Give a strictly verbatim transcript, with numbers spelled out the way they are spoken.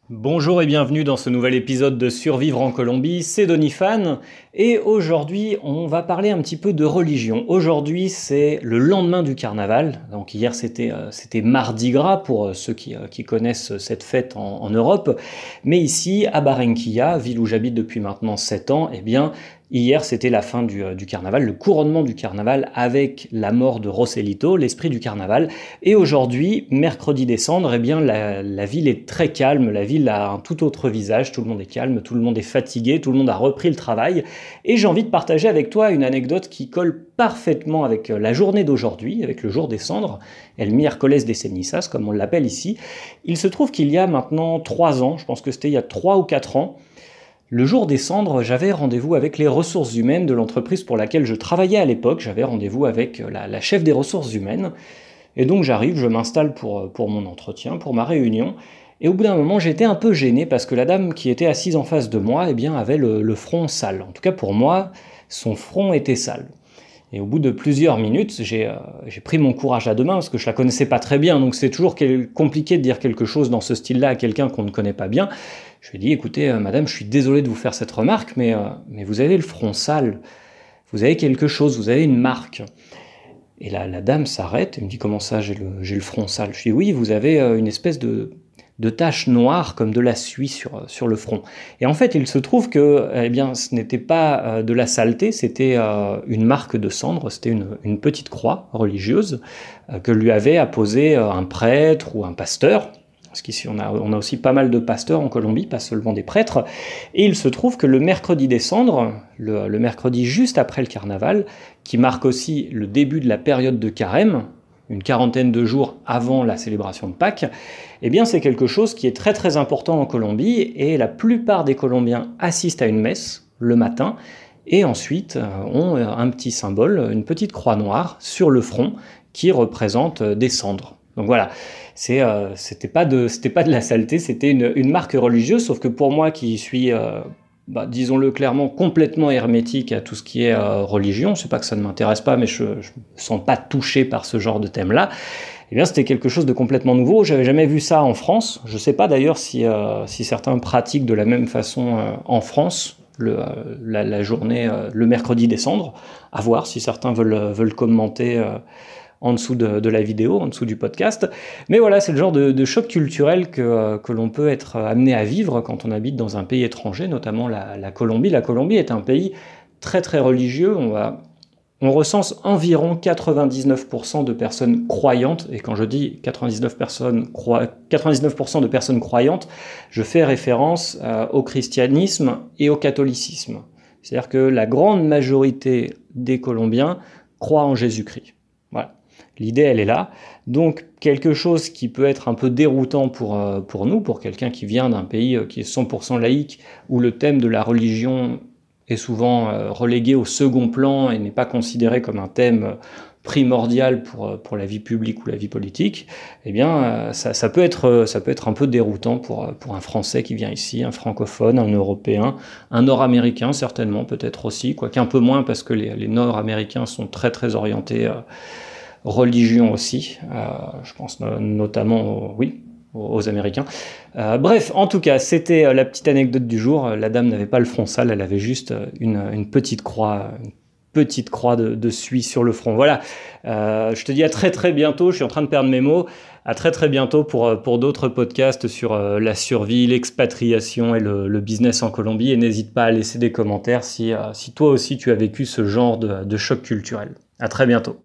Bonjour et bienvenue dans ce nouvel épisode de Survivre en Colombie, c'est Donifan et aujourd'hui on va parler un petit peu de religion. Aujourd'hui c'est le lendemain du carnaval, donc hier c'était, euh, c'était Mardi Gras pour ceux qui, euh, qui connaissent cette fête en, en Europe, mais ici à Barranquilla, ville où j'habite depuis maintenant sept ans, eh bien hier, c'était la fin du, du carnaval, le couronnement du carnaval avec la mort de Joselito, l'esprit du carnaval. Et aujourd'hui, mercredi des Cendres, eh bien, la, la ville est très calme, la ville a un tout autre visage, tout le monde est calme, tout le monde est fatigué, tout le monde a repris le travail. Et j'ai envie de partager avec toi une anecdote qui colle parfaitement avec la journée d'aujourd'hui, avec le jour des Cendres, el miércoles de cenizas, comme on l'appelle ici. Il se trouve qu'il y a maintenant trois ans, je pense que c'était il y a trois ou quatre ans, le jour des Cendres, j'avais rendez-vous avec les ressources humaines de l'entreprise pour laquelle je travaillais à l'époque. J'avais rendez-vous avec la, la chef des ressources humaines. Et donc j'arrive, je m'installe pour, pour mon entretien, pour ma réunion. Et au bout d'un moment, j'étais un peu gêné parce que la dame qui était assise en face de moi eh bien, avait le, le front sale. En tout cas pour moi, son front était sale. Et au bout de plusieurs minutes, j'ai, euh, j'ai pris mon courage à deux mains parce que je la connaissais pas très bien, donc c'est toujours quel- compliqué de dire quelque chose dans ce style-là à quelqu'un qu'on ne connaît pas bien. Je lui ai dit, écoutez, euh, madame, je suis désolé de vous faire cette remarque, mais, euh, mais vous avez le front sale, vous avez quelque chose, vous avez une marque. Et là, la dame s'arrête et me dit, comment ça, j'ai le, j'ai le front sale? Je lui dis, oui, vous avez euh, une espèce de, de tache noire comme de la suie sur, sur le front. Et en fait, il se trouve que eh bien, ce n'était pas euh, de la saleté, c'était euh, une marque de cendre, c'était une, une petite croix religieuse euh, que lui avait apposée euh, un prêtre ou un pasteur. Parce qu'ici, on a, on a aussi pas mal de pasteurs en Colombie, pas seulement des prêtres. Et il se trouve que le mercredi des Cendres, le, le mercredi juste après le carnaval, qui marque aussi le début de la période de carême, une quarantaine de jours avant la célébration de Pâques, eh bien c'est quelque chose qui est très très important en Colombie et la plupart des Colombiens assistent à une messe le matin et ensuite euh, ont un petit symbole, une petite croix noire sur le front qui représente des cendres. Donc voilà, c'est, euh, c'était pas de, c'était pas de la saleté, c'était une, une marque religieuse, sauf que pour moi qui suis, euh, bah, disons-le clairement, complètement hermétique à tout ce qui est euh, religion, c'est pas que ça ne m'intéresse pas, mais je, je me sens pas touché par ce genre de thème-là. Eh bien, c'était quelque chose de complètement nouveau. J'avais jamais vu ça en France. Je sais pas d'ailleurs si, euh, si certains pratiquent de la même façon euh, en France. Le, euh, la, la journée, euh, le mercredi des Cendres, à voir si certains veulent, veulent commenter euh, en dessous de, de la vidéo, en dessous du podcast. Mais voilà, c'est le genre de, de choc culturel que, euh, que l'on peut être amené à vivre quand on habite dans un pays étranger, notamment la, la Colombie. La Colombie est un pays très très religieux. On va... On recense environ quatre-vingt-dix-neuf pour cent de personnes croyantes, et quand je dis quatre-vingt-dix-neuf pour cent, croi... quatre-vingt-dix-neuf pour cent de personnes croyantes, je fais référence euh, au christianisme et au catholicisme. C'est-à-dire que la grande majorité des Colombiens croient en Jésus-Christ. Voilà. L'idée, elle est là. Donc, quelque chose qui peut être un peu déroutant pour, euh, pour nous, pour quelqu'un qui vient d'un pays euh, qui est cent pour cent laïque, où le thème de la religion est souvent euh, relégué au second plan et n'est pas considéré comme un thème euh, primordial pour, pour la vie publique ou la vie politique, eh bien, euh, ça, ça, peut être, ça peut être un peu déroutant pour, pour un Français qui vient ici, un francophone, un Européen, un Nord-Américain certainement, peut-être aussi, quoique un peu moins parce que les, les Nord-Américains sont très très orientés euh, religion aussi, euh, je pense no- notamment, aux, oui, aux Américains. Euh, bref, en tout cas, c'était la petite anecdote du jour. La dame n'avait pas le front sale, elle avait juste une, une petite croix, une petite croix de, de suie sur le front. Voilà, euh, je te dis à très très bientôt, je suis en train de perdre mes mots, à très très bientôt pour, pour d'autres podcasts sur euh, la survie, l'expatriation et le, le business en Colombie. Et n'hésite pas à laisser des commentaires si, euh, si toi aussi tu as vécu ce genre de, de choc culturel. À très bientôt.